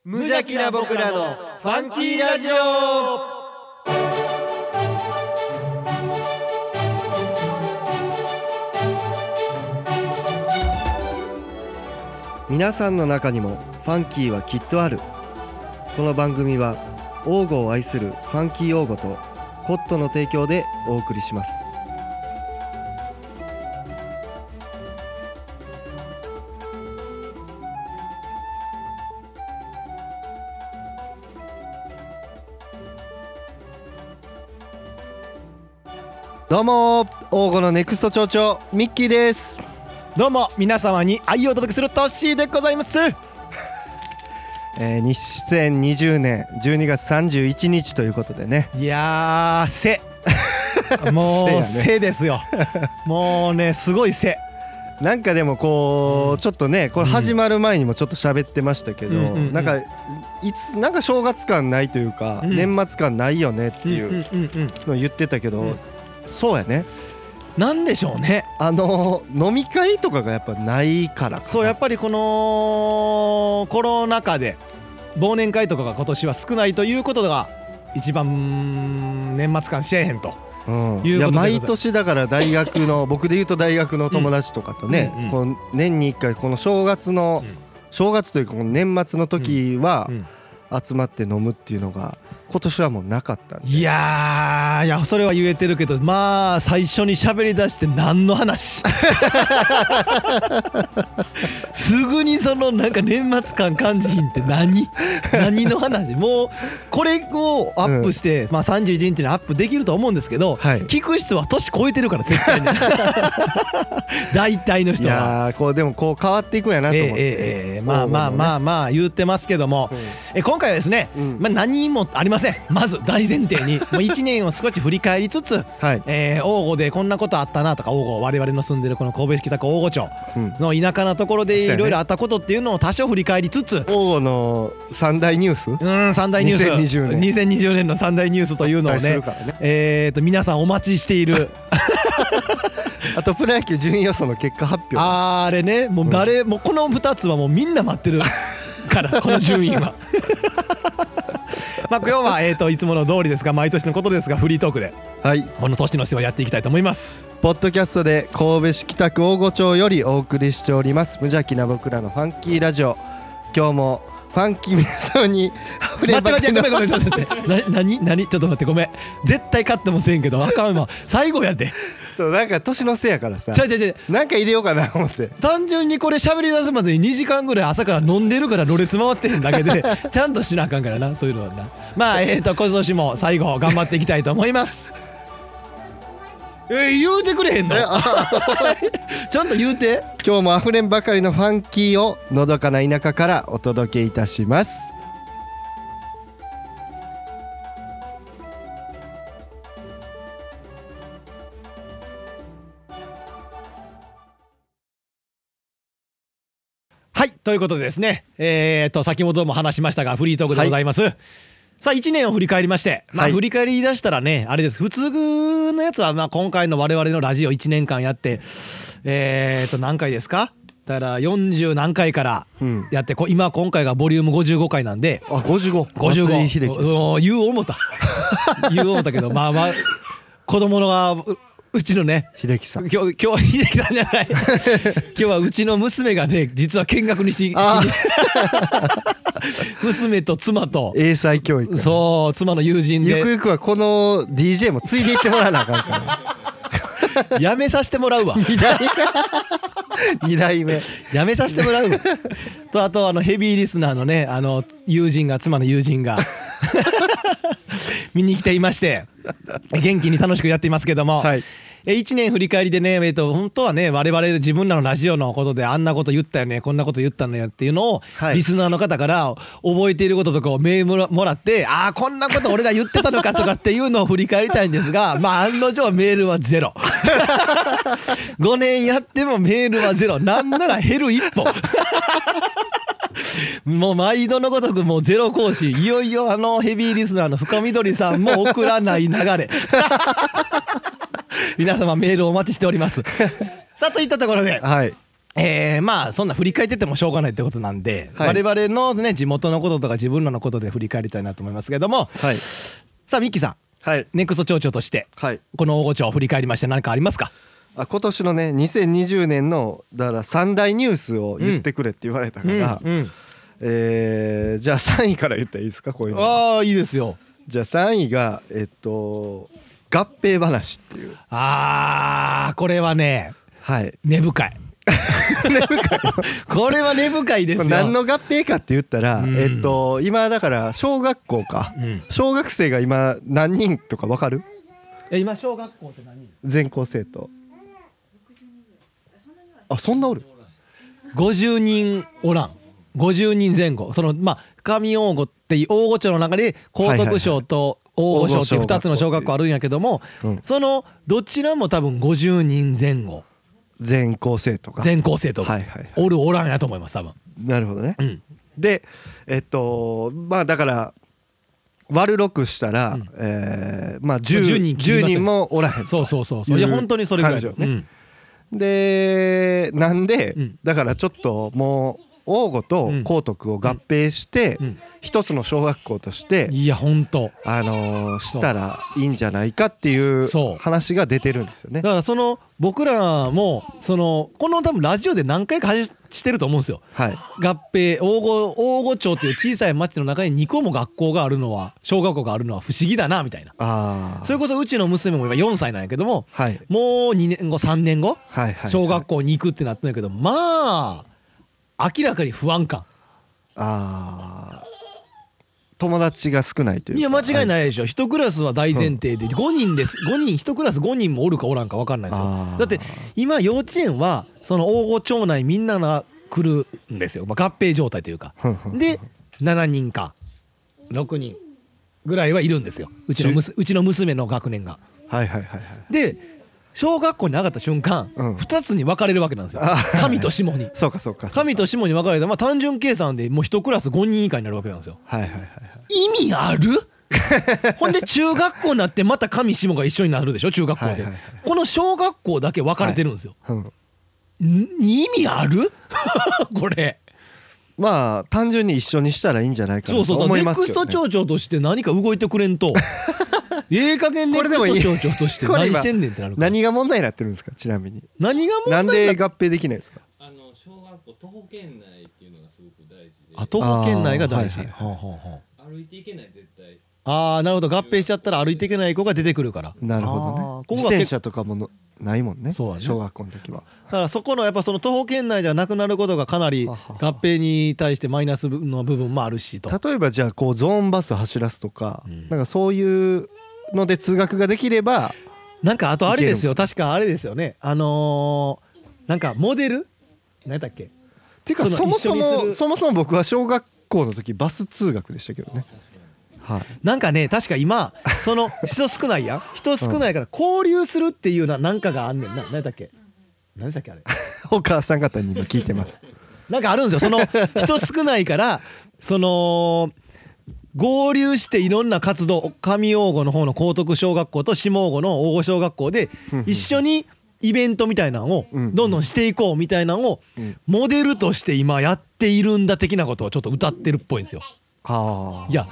無邪気な僕らのファンキーラジオ。 皆さんの中にもファンキーはきっとある。この番組は王語を愛するファンキー王語とコットの提供でお送りします。どうも王語のネクスト町長ミッキーです。 どうも皆様に愛をお届けするトッシーでございます。 2020年12月31日ということでね。 いやーもうせですよ。もうねすごいせ。 なんかでもこう、ちょっとねこれ始まる前にもちょっと喋ってましたけど、なんかなんか正月感ないというか、年末感ないよねっていうのを言ってたけど、そうやね。 なんでしょうね。 飲み会とかがやっぱないからかな。 そうやっぱりこのコロナ禍で忘年会とかが今年は少ないということが一番年末感しえへんと。 いや毎年だから大学の僕で言うと大学の友達とかとね、こう年に1回この正月というかこの年末の時は集まって飲むっていうのが今年はもうなかったんで。 いやそれは言えてるけど、まあ最初に喋り出して何の話すぐにそのなんか年末感感じひんって何の話。もうこれをアップして、まあ31日にアップできると思うんですけど、聞く人は年超えてるから絶対に大体の人は。 いやこうでもこう変わっていくんやなと思って、 まあ言ってますけども、今回はですね、何もありません。まず大前提にもう1年を少し振り返りつつ、王吾でこんなことあったなとか、王吾我々の住んでるこの神戸市北区王吾町の田舎なところでいろいろあったことっていうのを多少振り返りつつ、 王吾の三大ニュース、 三大ニュース2020年の三大ニュースというのをね、皆さんお待ちしているあとプロ野球順位予想の結果発表、 あれね、もう誰もこの2つはもうみんな待ってるからこの順位はまあ今日はいつもの通りですが、毎年のことですがフリートークで、この年の世話やっていきたいと思います。 ポッドキャストで神戸市北区王吾町よりお送りしております無邪気な僕らのファンキーラジオ。今日もファンキー皆様に待ってごめんちょっと待って何ちょっと待ってごめん、絶対カットもせんけどあかんわ、最後やで。 そうなんか年のせいやからさ、なんか入れようかなと思って。 単純にこれ喋り出すまでに2時間ぐらい朝から飲んでるからろれつ回ってへんだけでちゃんとしなあかんからな、そういうのはな。まあ今年も最後頑張っていきたいと思います言うてくれへんのちゃんと言うて。 今日もあふれんばかりのファンキーをのどかな田舎からお届けいたします。 はい、ということでですね、先ほども話しましたがフリートークでございます。さあ1年を振り返りまして、振り返り出したらね、あれです、普通のやつは今回の我々のラジオ1年間やって何回ですか、だから40何回からやって、今回がボリューム55回なんで、 55松井秀喜です。 言う思ったけどまあ子供のがうちのね秀喜さん、 今日は秀喜さんじゃない今日はうちの娘がね実は見学にし娘と妻と英才教育、 そう妻の友人で、 ゆくゆくはこの DJ もついでいってもらわなあかんからやめさせてもらうわ 2代目やめさせてもらうわと、あとヘビーリスナーのね妻の友人が見に来ていまして、元気に楽しくやっていますけども、1年振り返りでね、本当はね我々自分らのラジオのことであんなこと言ったよね、こんなこと言ったのよっていうのを、リスナーの方から覚えていることとかをメールもらって、ああこんなこと俺ら言ってたのかとかっていうのを振り返りたいんですが、案の定メールはゼロ5年やってもメールはゼロ、なんなら減る一歩もう毎度のごとくもうゼロ更新。いよいよヘビーリスナーの深緑さんも送らない流れ皆様メールお待ちしておりますさあといったところで、 まあそんな振り返っててもしょうがないってことなんで、はい、我々のね地元のこととか自分らのことで振り返りたいなと思いますけども、はい、さあミッキーさん、はい、ネクスト町長として、はい、この大御町を振り返りまして何かありますか？ 今年のね2020年のだから3大ニュースを言ってくれって言われたから、じゃあ3位から言ったらいいですか？こういうの。 ああいいですよ。 じゃあ3位が合併話っていう。 これはね、はい、根深い根深いこれは根深いですよ。 何の合併かって言ったら、今だから小学校か、小学生が今何人とか分かる？ 今小学校って何人？ 全校生徒そんなおる ？50人おらん。50人前後。その上大御っていう大御町の中で高徳小と大御小っていう2つの小学校あるんやけども、そのどちらも多分50人前後。 全校生徒がおるおらんやと思います多分。 なるほどね、でだから割る6したら、10人もおらへんと。 そういや本当にそれぐらいだよね。 でなんで、だからちょっともう大御と高徳を合併して一つの小学校としていや本当したらいいんじゃないかっていう話が出てるんですよね。 だから僕らもこの多分ラジオで何回かしてると思うんですよ、はい、合併大御町っていう小さい町の中に2個も学校があるのは小学校があるのは不思議だなみたいな。それこそうちの娘も今4歳なんやけども、はい、もう2年後3年後、小学校に行くってなったんやけど明らかに不安感。 友達が少ないというか。 いや間違いないでしょ。1クラスは大前提で5人です。5人1クラス5人もおるかおらんか分かんないですよ。だって今幼稚園はその大御町内みんなが来るんですよ、合併状態というかで7人か6人ぐらいはいるんですよ、うちの娘の学年が。で小学校に上がった瞬間、2つに分かれるわけなんですよ、上と下に。 そうか上と下に分かれたら、単純計算でもう1クラス5人以下になるわけなんですよ。意味ある？ほんで中学校になってまた上下が一緒になるでしょ、中学校で。この小学校だけ分かれてるんですよ。意味ある？これ単純に一緒にしたらいいんじゃないかなと思いますけどね。 ネクスト町長として何か動いてくれんと加減ネクスト町長として何してんねんってなるから。 何が問題になってるんですか？ちなみに何が問題なんで合併できないですか？ 小学校徒歩圏内っていうのがすごく大事で。 徒歩圏内が大事。 歩いていけない絶対。 なるほど。合併しちゃったら歩いていけない子が出てくるから。 なるほどね。自転車とかもないもんね、小学校の時は。 だからそこのやっぱその徒歩圏内じゃなくなることがかなり合併に対してマイナスの部分もあるしと。 例えばじゃあこうゾーンバス走らすとか、なんかそういうので通学ができれば。 なんかあとあれですよ、確かあれですよね、なんかモデル何だっけっていうか、そもそも僕は小学校の時バス通学でしたけどね。 なんかね、確か今人少ないやん、人少ないから交流するっていうなんかがあんねんな。何だっけあれお母さん方に今聞いてます。 なんかあるんですよ、人少ないから合流していろんな活動、上大御の方の高徳小学校と下大御の大御小学校で一緒にイベントみたいなのをどんどんしていこうみたいなのをモデルとして今やっているんだ的なことをちょっと歌ってるっぽいんですよ。いや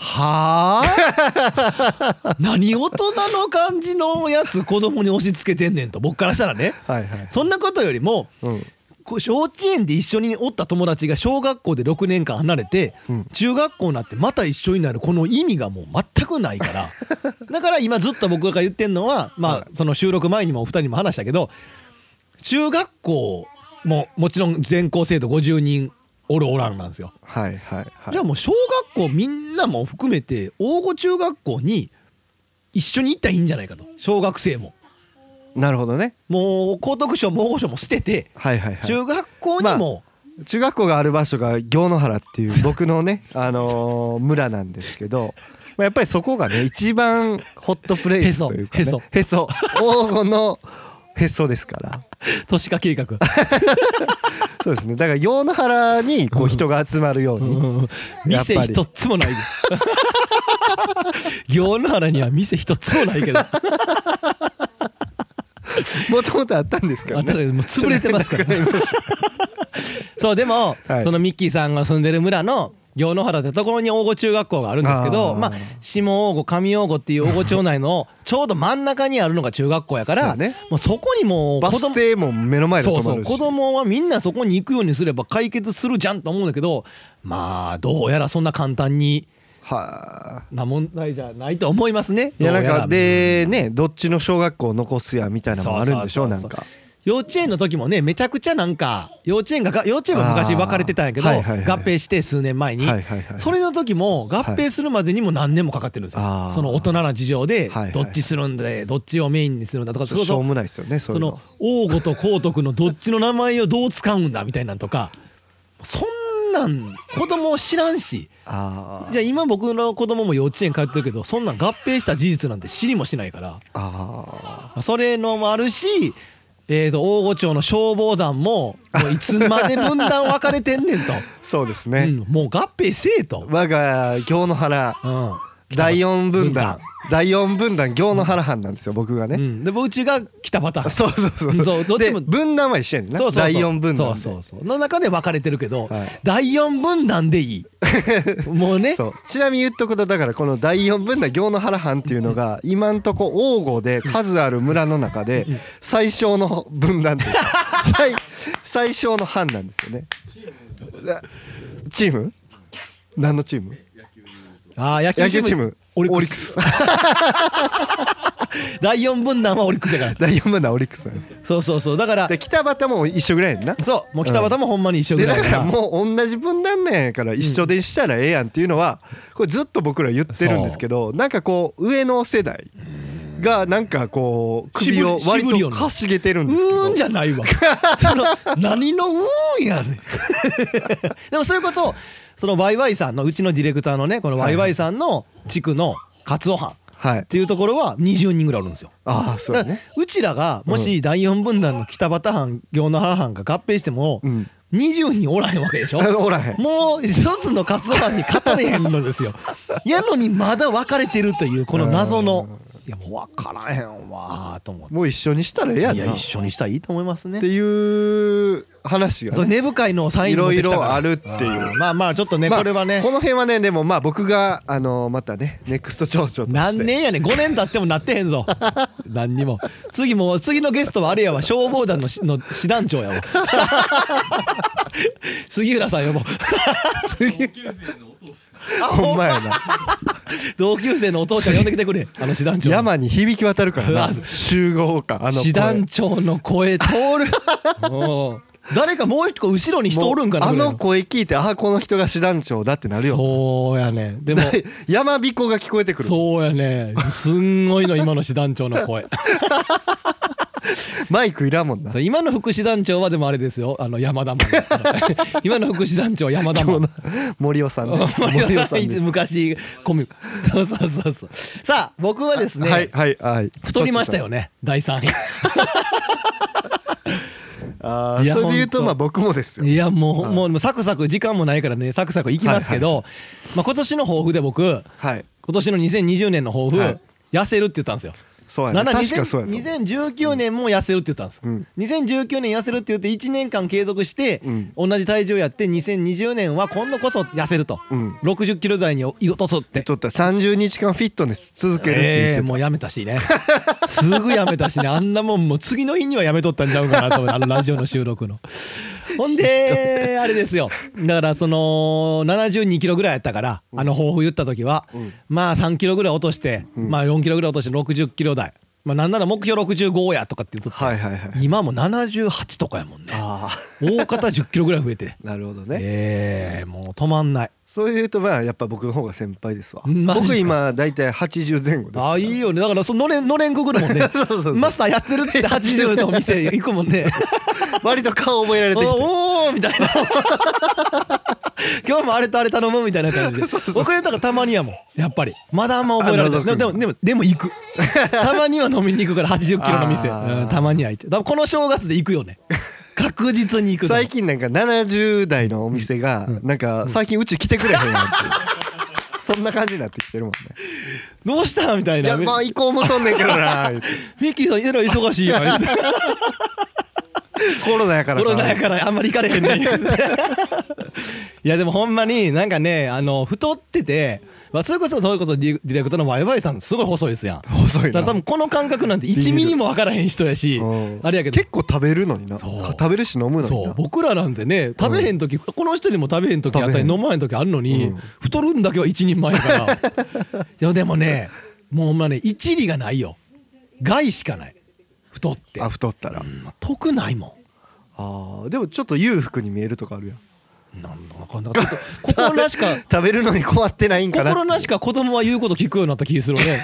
何大人の感じのやつ子供に押し付けてんねんと、僕からしたらね。そんなことよりも、幼稚園で一緒におった友達が小学校で6年間離れて、中学校になってまた一緒になるこの意味がもう全くないからだから今ずっと僕が言ってんのは、その収録前にもお二人にも話したけど、中学校ももちろん全校生徒50人おらんなんですよ。じゃあもう小学校みんなも含めて大御中学校に一緒に行ったらいいんじゃないかと、小学生も。 なるほどね。 もう高徳小も大御所も捨てて、中学校にも、 中学校がある場所が行野原っていう僕のね村なんですけど、やっぱりそこがね一番ホットプレイスというかね、へそ大御のへそですから都市化計画そうですね。だから行野原にこう人が集まるように店一つもないで行野原には店一つもないけどもともとあったんですからね。 もう潰れてますからそうでも、 はいそのミッキーさんが住んでる村の行野原ってところに大御中学校があるんですけど、まあ下大御上大御っていう大御町内のちょうど真ん中にあるのが中学校やから、 ね、 もうそこにもうバス停も目の前で止まるし、 そう子供はみんなそこに行くようにすれば解決するじゃんと思うんだけど、まあどうやらそんな簡単にな問題じゃないと思いますね。 いやなんかでね、どっちの小学校を残すやみたいなのもあるんでしょう。なんか幼稚園の時もねめちゃくちゃなんか幼稚園は昔分かれてたんやけど、合併して数年前に、それの時も合併するまでにも何年もかかってるんですよ。その大人な事情でどっちするんでどっちをメインにするんだとか、 しょうもないですよね。 その王吾と皇徳のどっちの名前をどう使うんだみたいなんとか、そんなん子供知らんし、じゃあ今僕の子供も幼稚園通ってるけどそんなん合併した事実なんて知りもしないから、それのもあるし、大御町の消防団もいつまで分断分かれてんねんとそうですね、 もう合併せえと。 我が行野原、第4分団行野原藩なんですよ僕がね、 でうちが北畑藩。 そうどっちも分断は一緒やねんな。第4分団そうの中で分かれてるけど、第4分団でいいもうね。 ちなみに言っとくと、だからこの第4分団行野原藩っていうのが今んとこ王吾で数ある村の中で最小の分団っていう最小の藩なんですよね。チーム何のチーム？野球チームオリックス第4分団はオリックスだから第4分団オリックスなんです。 そうだからで北畑も一緒ぐらいやんな。 そうもう北畑もほんまに一緒ぐらいでだからもう同じ分断なんやから一緒でしたらええやんっていうのはこれずっと僕ら言ってるんですけど、なんかこう上の世代がなんかこう首を割とかしげてるんですけど、 じゃないわその何のやねんでもそれこそそのワイワイさんのうちのディレクターのね、このワイワイさんの地区の勝尾藩っていうところは20人ぐらいあるんですよ。 そうだね。 うちらがもし第4分団の北畑藩行野原藩が合併しても20人おらへんわけでしょ。 おらへん。 もう一つの勝尾藩に勝たれへんのですよ。やのにまだ分かれてるというこの謎の、いやもう分からへんわと思って、 もう一緒にしたらええやんな。 いや一緒にしたらいいと思いますねっていう話がね、 根深いのを再現持ってきたからいろいろあるっていう。 まあちょっとね、これはねこの辺はね、でもまあ僕がまたねネクスト町長として何年やねん、5年経ってもなってへんぞ何にも。次のゲストはあれやわ、消防団の師団長やわ杉浦さん呼ぼうほんまやな同級生のお父ちゃん呼んできてくれ、師団長。 山に響き渡るからな集合か師団長の声通る誰かもう一個後ろに人おるんかな。 声聞いてこの人が師団長だってなるよ。 そうやね。でも山彦が聞こえてくる。 そうやね。すんごいの今の師団長の声マイクいらんもんな。 今の副師団長はでもあれですよ、山田マンですから今の副師団長は山田マン森尾さんね。 森尾さん昔コミそうさあ僕はですね、太りましたよね、第3位それで言うとまあ僕もですよ。 いやもうサクサク時間もないからね、サクサクいきますけど、今年の抱負で僕、今年の2020年の抱負、痩せるって言ったんですよ。 そうやね、確かそうやね。 2019年も痩せるって言ったんです、2019年痩せるって言って1年間継続して、同じ体重やって2020年は今度こそ痩せると、60キロ台に落とすってとったら30日間フィットネス続けるって言ってた。 もうやめたしねすぐやめたしね、あんなもんもう次の日にはやめとったんちゃうかなと思ってラジオの収録のほんであれですよ、だからその72キロぐらいやったから、抱負言った時は、まあ3キロぐらい落として、まあ4キロぐらい落として60キロ台、まあなんなら目標65やとかって言うとって、今も78とかやもんね。大方10キロぐらい増えてなるほどね。 もう止まんない。 そういうとまあやっぱ僕の方が先輩ですわ。僕今だいたい80前後です。 いいよね。だからのれんくぐるもんねマスターやってるって言って80のお店行くもんね割と顔覚えられてきておーみたいな今日もあれとあれ頼むみたいな感じで遅れたからたまにやもん、やっぱりまだあんま覚えられてない。でも行くたまには飲みに行くから80キロの店、たまには行っちゃう。だからこの正月で行くよね確実に行く。 最近なんか70代のお店がなんか最近うち来てくれへんやんってそんな感じになってきてるもんね。 どうしたみたいな。 いやまあ行こうもとんねんけどなミッキーさんえらい忙しいやん。 コロナやからコロナやからあんまり行かれへんねん。いやでもほんまになんかね太ってて、それこそディレクターのワイワイさんすごい細いですやん。 細いな。 だから多分この感覚なんて1ミリも分からへん人やし、あれやけど結構食べるのにな。食べるし飲むのにそうな。 僕らなんてね食べへん時、この人にも食べへん時あったり飲まへん時あるのに、太るんだけは一人前やから。いやでもねもうほんまね一理がないよ。害しかない。太って。 あ太ったら。 得ないもん。 あでもちょっと裕福に見えるとかあるやん。 なんだかんだ心なしか食べるのに困ってないんかな。 心なしか子供は言うこと聞くようになった気するね。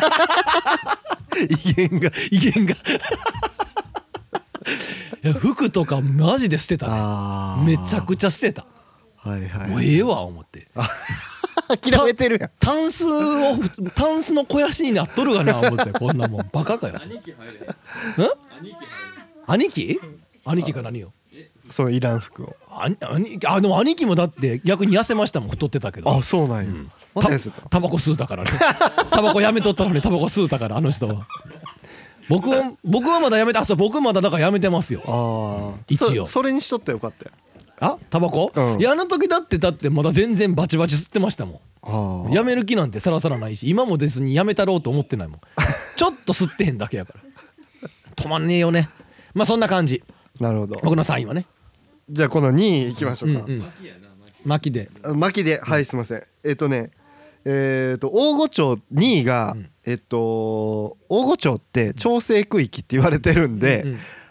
威厳がいや服とかマジで捨てたね。めちゃくちゃ捨てた。 はいはい。 もうええわ思って。 諦めてるやん。 タンスの肥やしになっとるがな思って。こんなもんバカかよ。 兄貴入れへん。 兄貴兄貴か何よ。 そういらん服を。 でも兄貴もだって逆に痩せましたもん。太ってたけど。 あそうなんや。 タバコ吸うたからね。タバコやめとったのにタバコ吸うたからあの人は。僕はまだやめた。そう僕まだだからやめてますよ。一応それにしとったらよかったよ。 タバコ、いやあの時だってまだ全然バチバチ吸ってましたもん。やめる気なんてさらさらないし、今も別にやめたろうと思ってないもん。ちょっと吸ってへんだけやから止まんねえよね。まあそんな感じ。 なるほど。 僕の3位はね。 じゃあこの2位いきましょうか。 巻きではいすいません。大御町2位が大御町って調整区域って言われてるんで、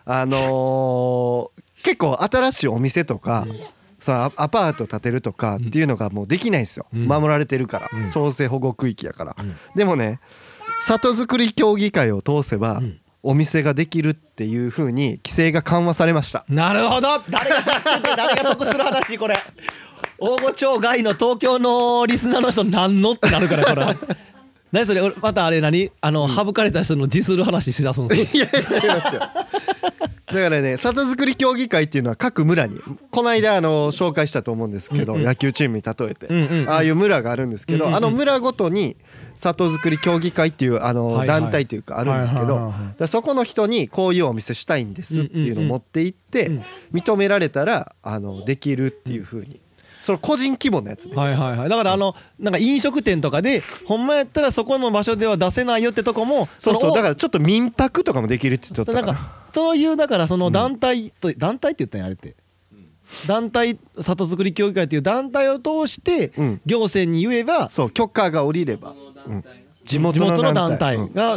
結構新しいお店とかそのアパート建てるとかっていうのがもうできないんですよ。守られてるから調整保護区域やから。でもね里づくり協議会を通せばお店ができるっていう風に規制が緩和されました。 なるほど。誰が知ってて誰が得する話これ。大御町外の東京のリスナーの人なんのってなるからこれ。何それまたあれ省かれた人の自する話しだすんですよ。 いやいやますよ。だからね里づくり協議会っていうのは各村にこの間紹介したと思うんですけど、野球チームに例えてああいう村があるんですけど、村ごとに里づくり協議会っていう団体というかあるんですけど、そこの人にこういうお店したいんですっていうのを持って行って認められたらできるっていう風に。その個人規模のやつで、だからなんか飲食店とかでほんまやったらそこの場所では出せないよってとこもそうだからちょっと民泊とかもできるって言っとったから、 そういうだからその団体って言ったんやあれって、団体里づくり協議会っていう団体を通して行政に言えば、 そう許可が下りれば地元の団体が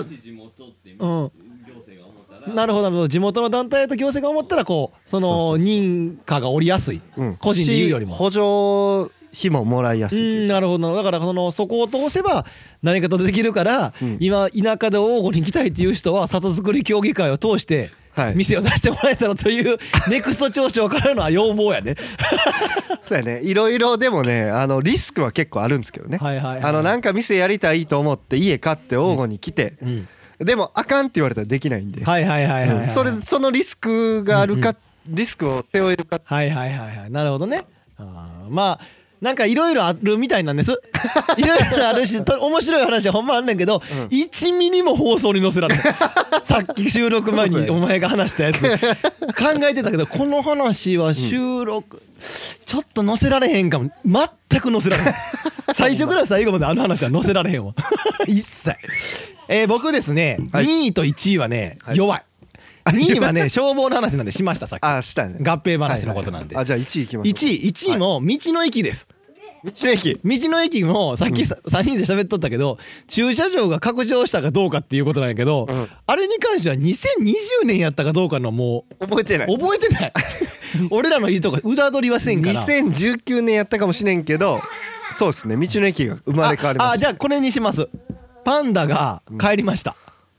なるほど地元の団体と行政が思ったらこうその認可が下りやすい、個人で言うよりも補助費ももらいやすい。 なるほど。だからそこを通せば何かとできるから、今田舎で大御に行きたいっていう人は里づくり協議会を通して店を出してもらえたらというネクスト町長からの要望やね。 そうやね。いろいろでもねリスクは結構あるんですけどね。なんか店やりたいと思って家買って大御に来て、でもあかんって言われたらできないんで、そのリスクがあるか、リスクを背負えるか。 なるほどね。まあなんかいろいろあるみたいなんです。いろいろあるし面白い話はほんまあんねんけど、1ミリも放送に載せられない。さっき収録前にお前が話したやつ考えてたけど、この話は収録ちょっと載せられへんかも。全く載せられへん。最初から最後まで話は載せられへんわ。一切。僕ですね、2位と1位はね弱い。2位はね消防の話なんでしましたさっき。 したね。 合併話のことなんで。 じゃあ1位いきましょう。 1位も道の駅です。道の駅もさっき3人で喋っとったけど、駐車場が拡張したかどうかっていうことなんやけど、あれに関しては2020年やったかどうかのもう覚えてない俺らのいいとこ裏取りはせんから 2019年やったかもしれんけど、そうですね、道の駅が生まれ変わりました。 じゃあこれにします。パンダが帰りました。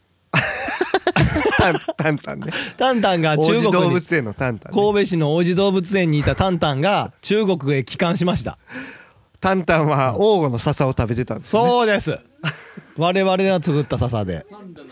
タンタンね。 タンタンが中国に、 王子動物園のタンタン、 神戸市の王子動物園にいたタンタンが中国へ帰還しました。 タンタンは王吾の笹を食べてたんですね。 そうです。我々が作った笹で。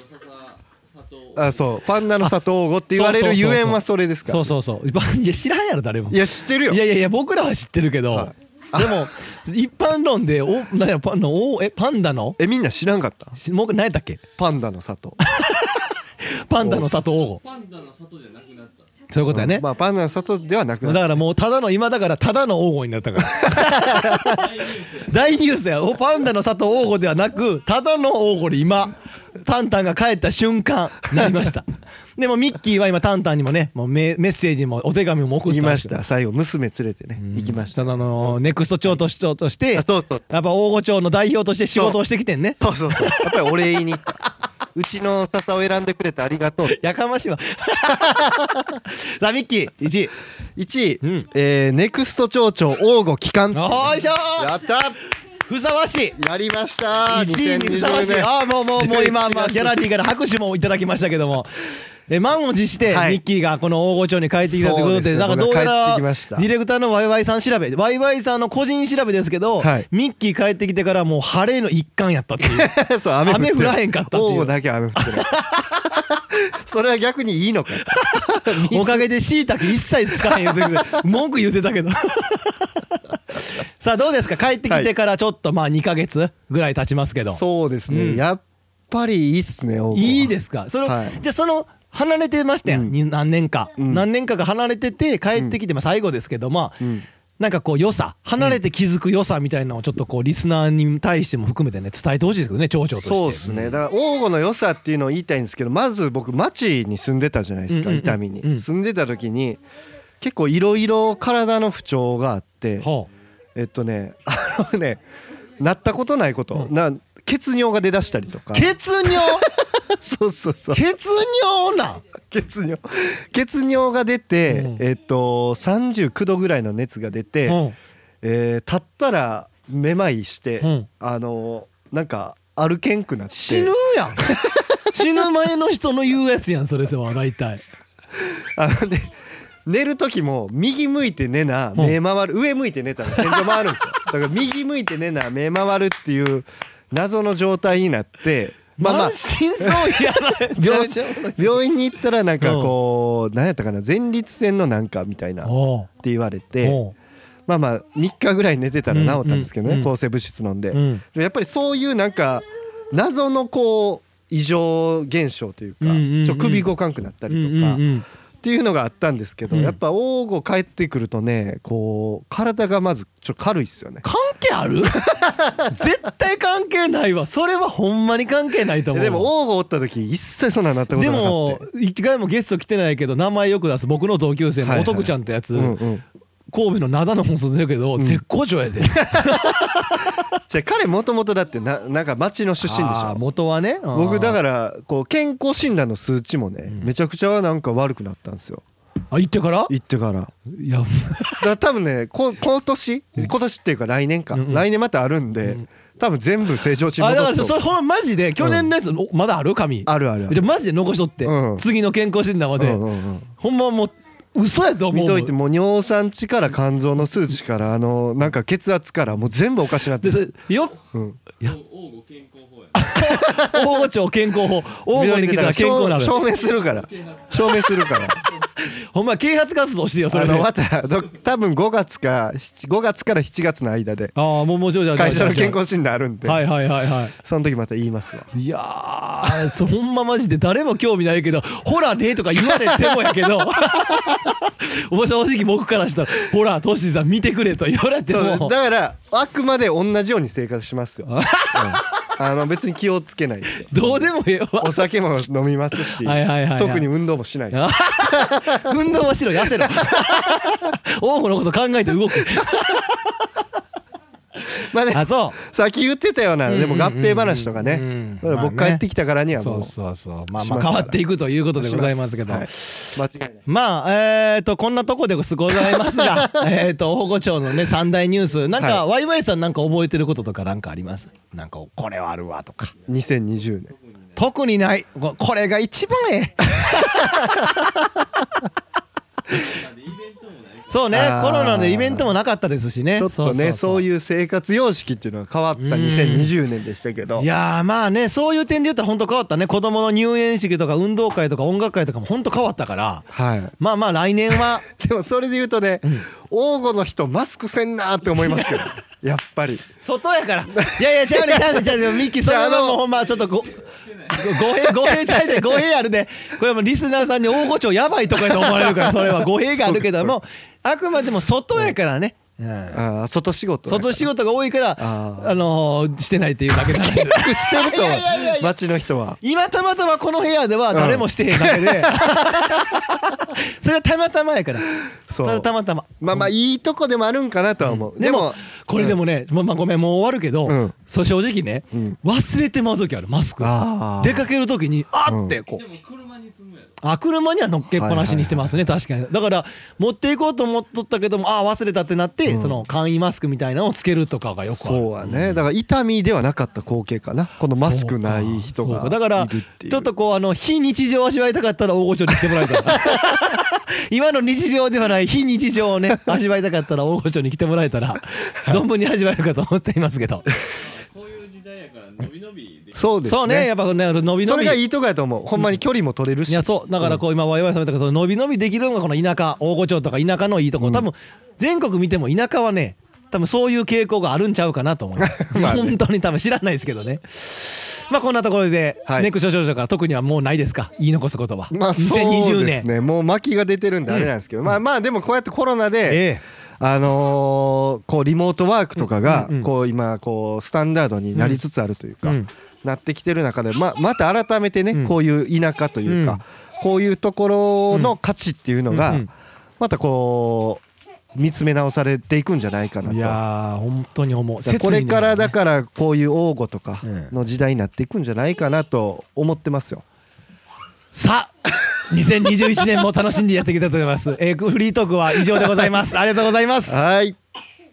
そうパンダの里王吾って言われるゆえんはそれですから。 そういや知らんやろ誰も。 いや知ってるよ。 いや僕らは知ってるけど、 でも一般論で何やパンダのみんな知らんかった？ もう何やったっけ？ パンダの里。 パンダの里黄金。 パンダの里じゃなくなった。 そういうことやね。 まあパンダの里ではなくなった。 だからもうただの今だからただの黄金になったから。大ニュースや。パンダの里黄金ではなくただの黄金に今タンタンが帰った瞬間なりました。でもミッキーは今タンタンにもねもうメッセージもお手紙も送ってました。最後娘連れてね行きました。 ネクスト町としてやっぱ大御町の代表として仕事をしてきてんね。 そう。やっぱりお礼言いに行った。うちの笹を選んでくれてありがとう。 やかましいわ。さあミッキー1 位、ネクスト町長黄金帰還。 よいしょー。やった。ふさわしい。 やりました。 1位にふさわしい。もう今ギャラリーから拍手もいただきましたけども。満を持してミッキーがこの大御町に帰ってきたということで、なんかどうやらディレクターのワイワイさん調べ、ワイワイさんの個人調べですけど、ミッキー帰ってきてからもう晴れの一環やったっていう。 そう、 雨降らへんかったっていう。 大御だけ雨降ってない。それは逆にいいのか。 おかげで椎茸一切つかへん言うてくれ文句言うてたけど。さあどうですか、帰ってきてからちょっとまあ2ヶ月ぐらい経ちますけど。 そうですね、やっぱりいいっすね。 いいですか。それ、じゃあその離れてましたやん、何年かが離れてて帰ってきて、最後ですけど、なんかこう良さ、離れて気づく良さみたいなのをちょっとこうリスナーに対しても含めてね伝えてほしいですけどね、町長として。 そうですね。だから黄金の良さっていうのを言いたいんですけど、まず僕町に住んでたじゃないですか。伊丹に住んでた時に結構いろいろ体の不調があって、なったことないこと、血尿が出だしたりとか。 血尿そう血尿なん。 血尿が出て、39度ぐらいの熱が出て、立ったらめまいして、なんか歩けんくなって死ぬやん。死ぬ前の人の言うやつやんそれは大体。 で寝る時も右向いて寝な目回る、上向いて寝たら天井回るんですよ。だから右向いて寝な目回るっていう謎の状態になって、 心臓や病院に行ったらなんかこう何やったかな、前立腺のなんかみたいなって言われて、3日ぐらい寝てたら治ったんですけどね、抗生物質飲んで。やっぱりそういうなんか謎のこう異常現象というか、首動かんくなったりとかっていうのがあったんですけど、やっぱ黄金帰ってくるとね、こう体がまずちょっと軽いっすよね。 関係ある？絶対関係ないわ。それはほんまに関係ないと思う。 でも黄金おった時一切そんなになったことなかった。 でも一回もゲスト来てないけど名前よく出す僕の同級生のおとくちゃんってやつ、神戸の灘の方住んでるけど、絶好調やで。 じゃ彼もともとだってなんか町の出身でしょ。 元はね。 僕だからこう健康診断の数値もね、めちゃくちゃなんか悪くなったんですよ。 行ってから。 いやだから多分ね今年っていうか来年またあるんで、多分全部正常値戻って。 だからそれほんまマジで去年のやつまだある紙。 ある。 じゃマジで残しとって、次の健康診断まで。ほんまもう嘘やと思う。 見といて、もう尿酸値から肝臓の数値からなんか血圧からもう全部おかしなってる。 黄金健康法や。 黄金町健康法。黄金に来たら健康になる。 証明するからほんま啓発活動してよそれで。 また多分5月から7月の間でもう会社の健康診断あるんで、その時また言いますわ。 いやーほんまマジで誰も興味ないけど、ほらねとか言われてもやけど、正直僕からしたらほらトッシーさん見てくれと言われても。 だからあくまで同じように生活しますよ。別に気をつけないですよ。 どうでもええわ。 お酒も飲みますし、特に運動もしないです。 運動はしろ、痩せろ。王鵬のこと考えて動く。 そうさっき言ってたような、でも合併話とかね、僕帰ってきたからにはもう変わっていくということでございますけど、間違いない。 こんなとこでございますが、大御町のね三大ニュース、なんかワイワイさんなんか覚えてることとかなんかあります？なんかこれはあるわとか。 2020年特にない。これが一番そうね、コロナでイベントもなかったですしね。 ちょっとね、そういう生活様式っていうのが変わった2020年でしたけど、 いやまあね、そういう点で言ったら本当変わったね。子供の入園式とか運動会とか音楽会とかも本当変わったから、 はい、 まあ来年はでもそれで言うとね、王吾の人マスクせんなーって思いますけどやっぱり外やから。いやちゃうねミッキー、それはもうほんまちょっと語弊あるね。これはもうリスナーさんに大御町やばいとかと思われるから、それは語弊があるけども、あくまでも外やからね。 外仕事が多いからしてないっていうだけなんです。してると町の人は今たまたまこの部屋では誰もしてへんだけで、それはたまたまやから。それはたまたま。 まあいいとこでもあるんかなとは思う。 でもこれでもね、ごめんもう終わるけど、そう正直ね、忘れてまう時ある。マスク出かける時にってこう。でも車に積むやろ。車には乗っけっぱなしにしてますね。確かに。だから持っていこうと思っとったけども、忘れたってなって、その簡易マスクみたいなのをつけるとかがよくある。 そうはね。だから痛みではなかった光景かな、このマスクない人がいるっていう。 だからちょっとこう非日常を味わいたかったら大御町に来てもらえたら今の日常ではない非日常をね味わいたかったら大御町に来てもらえたら存分に味わえるかと思っていますけどこういう時代やからのびのびできる。 そうですね。 そうね、やっぱね、のびのびそれがいいとこやと思う。ほんまに距離も取れるし。 いやそうだからこう今ワイワイさん言ったけど、のびのびできるのがこの田舎、大御町とか田舎のいいとこ。多分全国見ても田舎はね、多分そういう傾向があるんちゃうかなと思います本当に多分知らないですけどね。まあこんなところでネクスト少女から特にはもうないですか、言い残す言葉。 まあそうですね、もう巻きが出てるんであれなんですけど、まあでもこうやってコロナでこうリモートワークとかがこう今こうスタンダードになりつつあるというか、なってきてる中でまた改めてね、こういう田舎というかこういうところの価値っていうのがまたこう見つめ直されていくんじゃないかなと。 いや本当に思う。 これからだからこういう王吾とかの時代になっていくんじゃないかなと思ってますよ。 さあ2021年も楽しんでやっていきたいと思います。フリートークは以上でございます。ありがとうございます。 はい。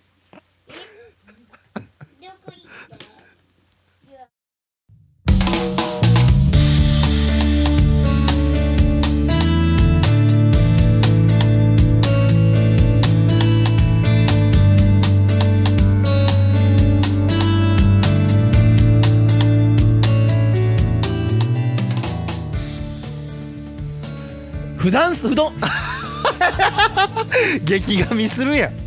不動激噛みするやん。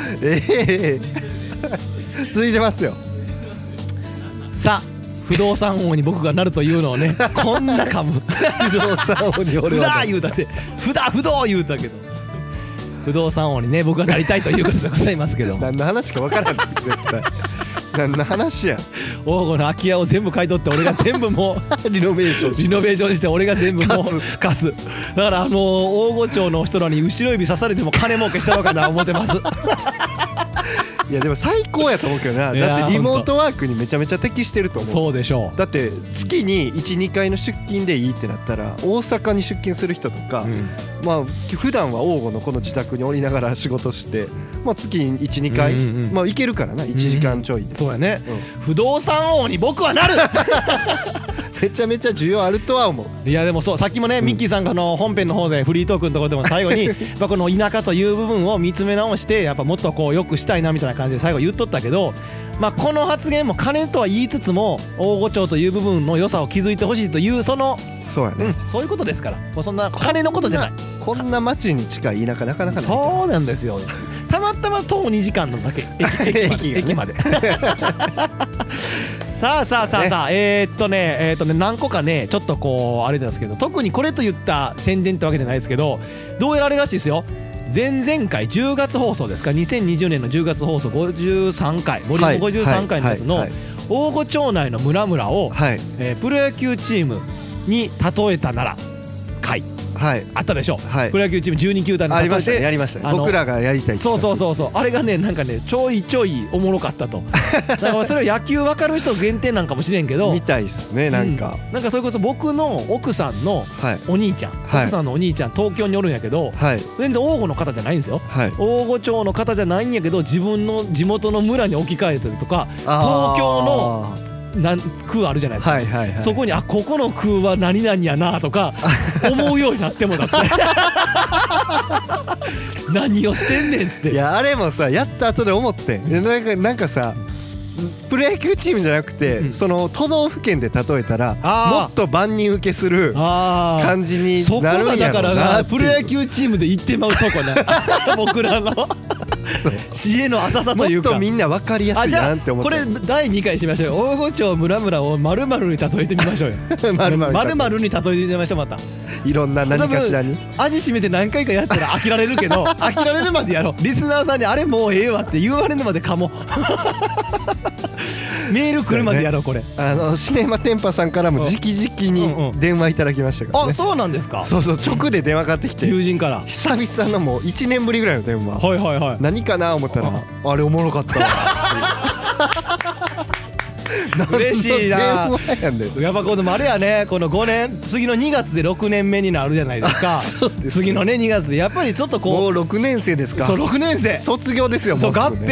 続いてますよ。 さあ不動産王に僕がなるというのをねこんな噛む不動産王に俺はふだ言うたって不動言うたけど、不動産王にね僕がなりたいということでございますけど何の話か分からん絶対何の話や。 王吾の空き家を全部買い取って俺が全部もうリノベーションして俺が全部もう貸す。だから大御町の人らに後ろ指刺されても金儲けしたのかな思ってますいやでも最高やと思うけどな。だってリモートワークにめちゃめちゃ適してると思う。 そうでしょう。 だって月に 1,2 回の出勤でいいってなったら大阪に出勤する人とか、まあ普段は王吾のこの自宅におりながら仕事して、まあ月に 1,2 回まあ行けるからな、1時間ちょいで。 そうやね、不動産王に僕はなるめちゃめちゃ需要あるとは思う。 いやでもそうさっきもね、ミッキーさんが本編の方でフリートークのところでも最後にこの田舎という部分を見つめ直してやっぱもっとこう良くしたいなみたいな感じで最後言っとったけど、まあこの発言も金とは言いつつも大御町という部分の良さを築いてほしいというそうやね、 そういうことですから、もうそんな金のことじゃない。こんな町に近い田舎なかなかない。 そうなんですよ。たまたま徒歩2時間のだけ駅までさあ何個かねちょっとこうあれなんですけど、特にこれといった宣伝ってわけじゃないですけど、どうやらあれらしいですよ。前々回10月放送ですか、2020年の10月放送53回ボリューム53回のやつの大御町内の村々をプロ野球チームに例えたなら回あったでしょ。プロ野球チーム12球団に例えてやりましたね。僕らがやりたい。 そうあれがねなんかねちょいおもろかったと。だからそれは野球分かる人限定なんかもしれんけどみたいですね。なんかそれこそ僕の奥さんのお兄ちゃん、奥さんのお兄ちゃん東京におるんやけど、全然大御の方じゃないんですよ。大御町の方じゃないんやけど自分の地元の村に置き換えたりとか、東京の区あるじゃないですか、そこにここの区は何々やなとか思うようになってもだって何をしてんねんっつって。 いやあれもさやった後で思ってなんかさプロ野球チームじゃなくて、その都道府県で例えたらもっと万人受けする感じになるんやろうなっていう。そこがだからなプロ野球チームで行ってまうとこな僕らの知恵の浅さというかもっとみんな分かりやすいなって思って。 これ第2回しましょうよ。大御町村々を〇〇に例えてみましょうよ。〇〇に例えてみましょう。またいろんな何かしらに味しめて何回かやったら飽きられるけど飽きられるまでやろう。リスナーさんにあれもうええわって言われるまでかもメール来るまでやろうこれ。 シネマテンパさんからも直々に電話いただきましたからね。 あ、そうなんですか。 そう直で電話かかってきて、 友人から久々のもう1年ぶりぐらいの電話。 はいはいはい。 何かな思ったらあれおもろかったわ嬉しいな。やっぱこのあれやね、この5年次の2月で6年目になるじゃないですか。次のね2月でやっぱりちょっとこうもう6年生ですか。 そう6年生卒業ですよ。 そう合併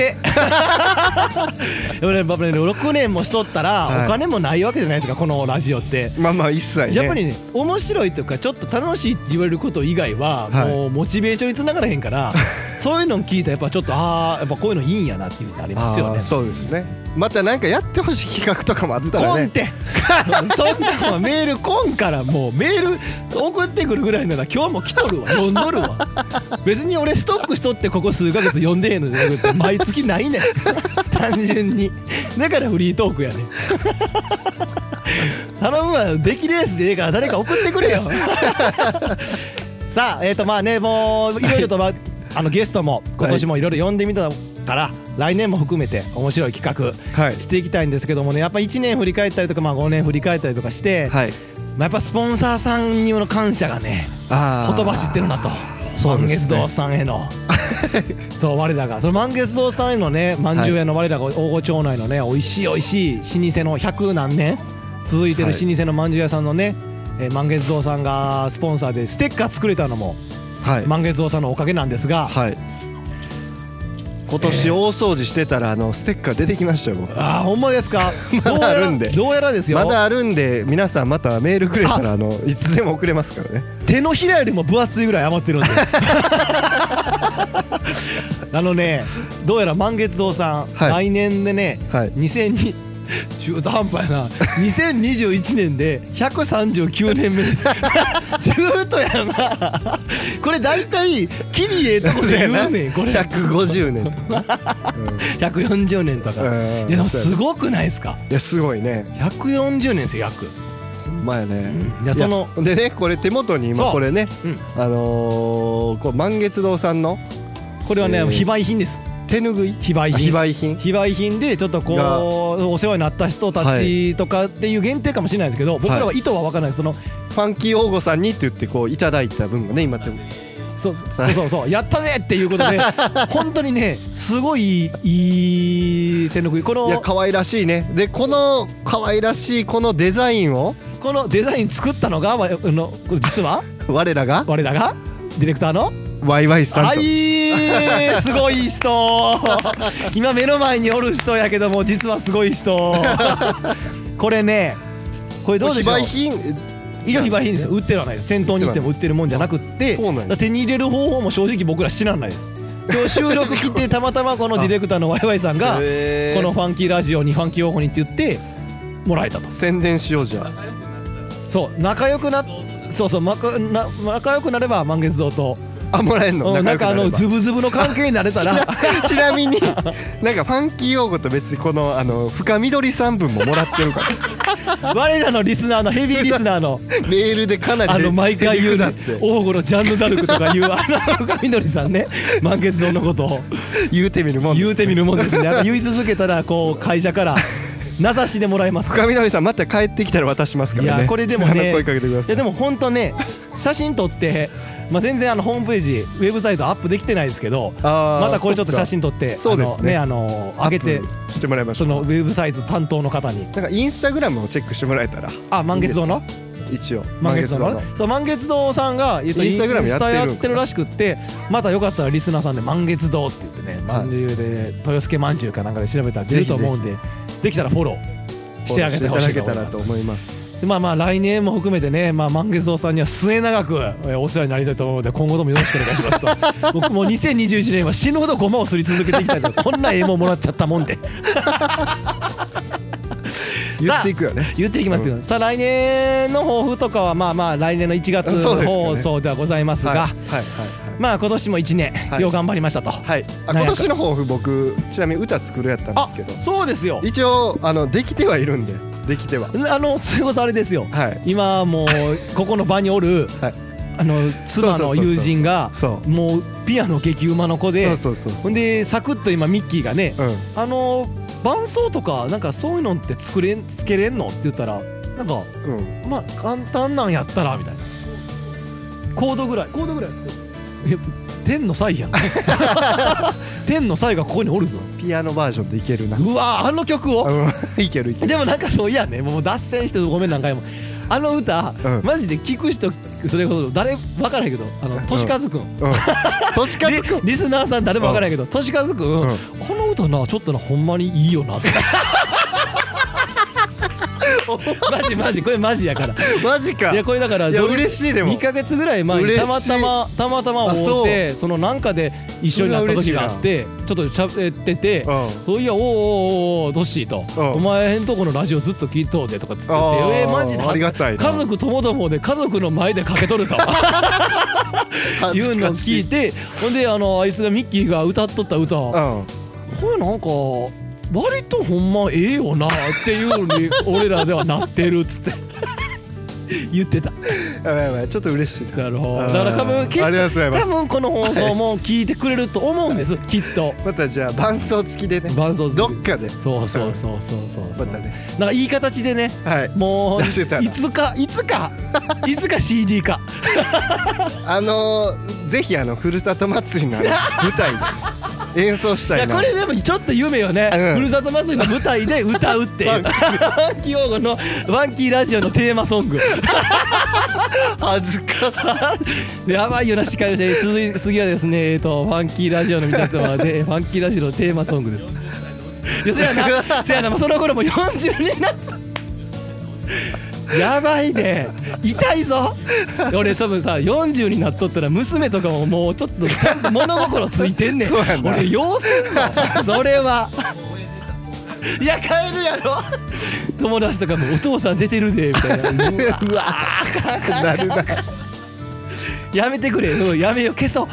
でもね6年もしとったらお金もないわけじゃないですかこのラジオって。 まあ一切ねやっぱりね面白いとかちょっと楽しいって言われること以外はもうモチベーションにつながらへんからそういうのを聞いたらやっぱちょっとやっぱこういうのいいんやなっていうのありますよね。 そうですね。またなんかやってほしい企画とかもあったらね。 コンってそんなのメールコンからもうメール送ってくるぐらいなら今日も来とるわ読んどるわ。別に俺ストックしとってここ数ヶ月読んでへんのじゃなくて毎月ないねん単純に。だからフリートークやねん頼むわ。出来レースでええから誰か送ってくれよさあまあねもういろいろとゲストも今年もいろいろ呼んでみたから来年も含めて面白い企画していきたいんですけどもね、やっぱ1年振り返ったりとか5年振り返ったりとかして、やっぱスポンサーさんにの感謝がねほとばしってるなと。満月堂さんへのそう我らがその満月堂さんへのねまんじゅう屋の我らが大御町内のね美味しい老舗の100何年続いてる老舗のまんじゅう屋さんのね満月堂さんがスポンサーでステッカー作れたのも満月堂さんのおかげなんですが、 今年大掃除してたらステッカー出てきましたよ。 ああほんまですか。 まだあるんでどうやらですよ。 まだあるんで皆さんまたメールくれたらいつでも送れますからね。 手のひらよりも分厚いぐらい余ってるんでどうやら満月堂さん、来年でね、2002中途半端やな2021年で139年目中途やなこれ大体キリええとこで言うねんこれ 150年とか 140年とか。いやでもすごくないですか。 いやすごいね。 140年ですよ約。 前ね。 いやでねこれ手元に今これねこう満月堂さんのこれはね非売品です。 手ぬぐい非売品でちょっとこうお世話になった人たちとかっていう限定かもしれないですけど、僕らは意図は分からないです。ファンキー王吾さんにって言ってこういただいた分がね今ってそうやったぜっていうことで本当にねすごいいい手ぬぐい。 いや可愛らしいね。でこの可愛らしいこのデザインをこのデザイン作ったのが実は我らがディレクターのワイワイさんと。 すごい人今目の前におる人やけども実はすごい人これねこれどうでしょう。非売品ですよ。売ってるはないです。店頭に行っても売ってるもんじゃなくって手に入れる方法も正直僕ら知らないです。今日収録来てたまたまこのディレクターのワイワイさんがこのファンキーラジオにファンキー用語にって言ってもらえたと。 宣伝しようじゃ。 そう仲良くなれば満月堂ともらえんの。 なんかズブズブの関係になれたらちなみになんかファンキー用語と別にこの深緑さん分ももらってるから我らのリスナーのヘビーリスナーのメールでかなり毎回言うね王吾のジャンヌ・ダルクとか言う深緑さんね満月堂のことを言うてみるもんですね。やっぱ言い続けたらこう会社から名指しでもらえますから。 深緑さんまた帰ってきたら渡しますからね。 いやこれでもね声かけてください。 いやでも本当ね写真撮って全然ホームページウェブサイトアップできてないですけどまたこれちょっと写真撮ってそうですね上げてしてもらいましょう。 そのウェブサイト担当の方になんかインスタグラムをチェックしてもらえたら。 満月堂の一応満月堂のそう満月堂さんがインスタグラムやってるらしくってまたよかったらリスナーさんで満月堂って言ってねまんじゅうで豊助まんじゅうかなんかで調べたら出ると思うんでできたらフォローしてあげてほしいと思います。 まあ来年も含めてね、満月堂さんには末永くお世話になりたいと思うので、今後ともよろしくお願いしますと僕も2021年は死ぬほどゴマをすり続けていきたいとこんなもらっちゃったもんで言っていくよね。 言っていきますよ、さあ来年の抱負とかは来年の1月放送ではございますが、今年も1年、よう頑張りましたと。 今年の抱負、僕ちなみに歌作るやったんですけど、 そうですよ、 一応できてはいるんで、できてはそれこそあれですよ、今もうここの場におる妻の友人がもうピアノ激うまの子で、ほんでサクッと今ミッキーがね、伴奏とかなんかそういうのってつけれんのって言ったら、なんか簡単なんやったらみたいな、コードぐらい天の才やん天の才がここにおるぞ。 ピアノバージョンでいけるな。 うわ、あの曲をいける。 でもなんかそういやね、もう脱線してごめん、何回もあの歌、マジで聞く人それこそ誰分からへんけど、としかずくん、リスナーさん誰も分からへんけど、としかずくん、あの歌なちょっとなほんまにいいよなってマジこれマジやから。 マジか。 いやこれだから嬉しい。でも 2ヶ月ぐらい前にたまたま会って、そのなんかで一緒になった時があって、ちょっと喋ってて、そういやおドッシーとお前んとこのラジオずっと聞いとうでとかつってて、マジでありがたいな。 家族ともどもで家族の前でかけとるというのを聞いて、ほんであいつがミッキーが歌っとった歌、これなんか割とほんまええよなっていうのに俺らではなってるっつって言ってた。 やばいちょっと嬉しい。 なるほど。だから多分この放送も聞いてくれると思うんです、きっと。 またじゃあ伴奏付きでね、どっかでそうまたね、なんかいい形でね、もういつか CD 化ぜひふるさと祭りの舞台で演奏したいな。 いやこれでもちょっと夢よね、ふるさと祭りの舞台で歌うっていうファンキー王吾のファンキーラジオのテーマソング恥ずかしいやばいよな。司会をして次はですね、ファンキーラジオの皆様でファンキーラジオのテーマソングです。いやせやなもうその頃も40になったやばいね、痛いぞ俺多分さ40になっとったら娘とかももうちょっとちゃんと物心ついてんねん俺要せんぞそれはいや帰るやろ友達とかもお父さん出てるでみたいなうわなるなやめてくれ、やめよ消そう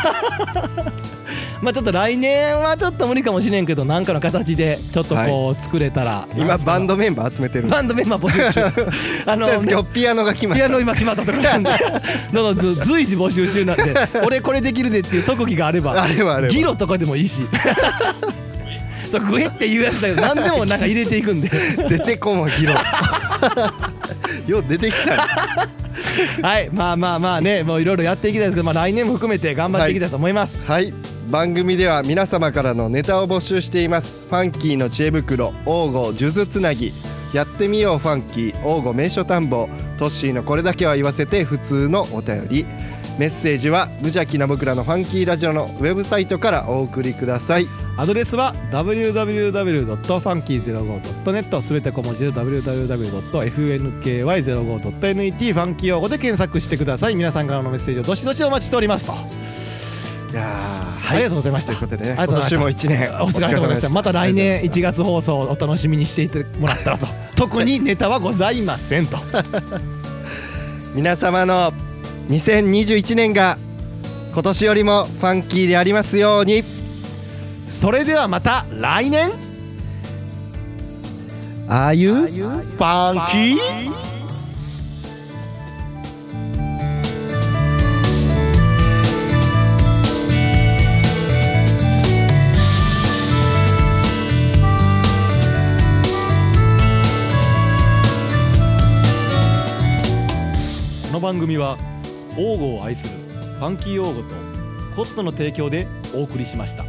まあちょっと来年はちょっと無理かもしれんけど、なんかの形でちょっとこう作れたら、 今バンドメンバー集めてる。 バンドメンバー募集中今日ピアノが決まった。 ピアノ今決まったところなんで随時募集中なんで俺これできるでっていう特技があればギロとかでもいいしそうグエっていうやつだけど何でもなんか入れていくんで出てこもギロよう出てきたはいまあね、もういろいろやっていきたいですけど、来年も含めて頑張っていきたいと思います。 はい番組では皆様からのネタを募集しています。ファンキーの知恵袋、王吾数珠つなぎ、やってみようファンキー、王吾名所探訪、トッシーのこれだけは言わせて普通のお便り、メッセージは無邪気な僕らのファンキーラジオのウェブサイトからお送りください。 アドレスは www.funky05.net すべて小文字で www.fnky05.net ファンキー用語で検索してください。皆さんからのメッセージをどしどしお待ちしておりますと。 いやありがとうございました。 ということでね、今年も1年お疲れ様でした。また来年1月放送をお楽しみにしていてもらったらと特にネタはございませんと皆様の2021年が今年よりもファンキーでありますように。 それではまた来年 Are you ファンキー？この番組は王吾を愛するファンキー王吾とコットの提供でお送りしました。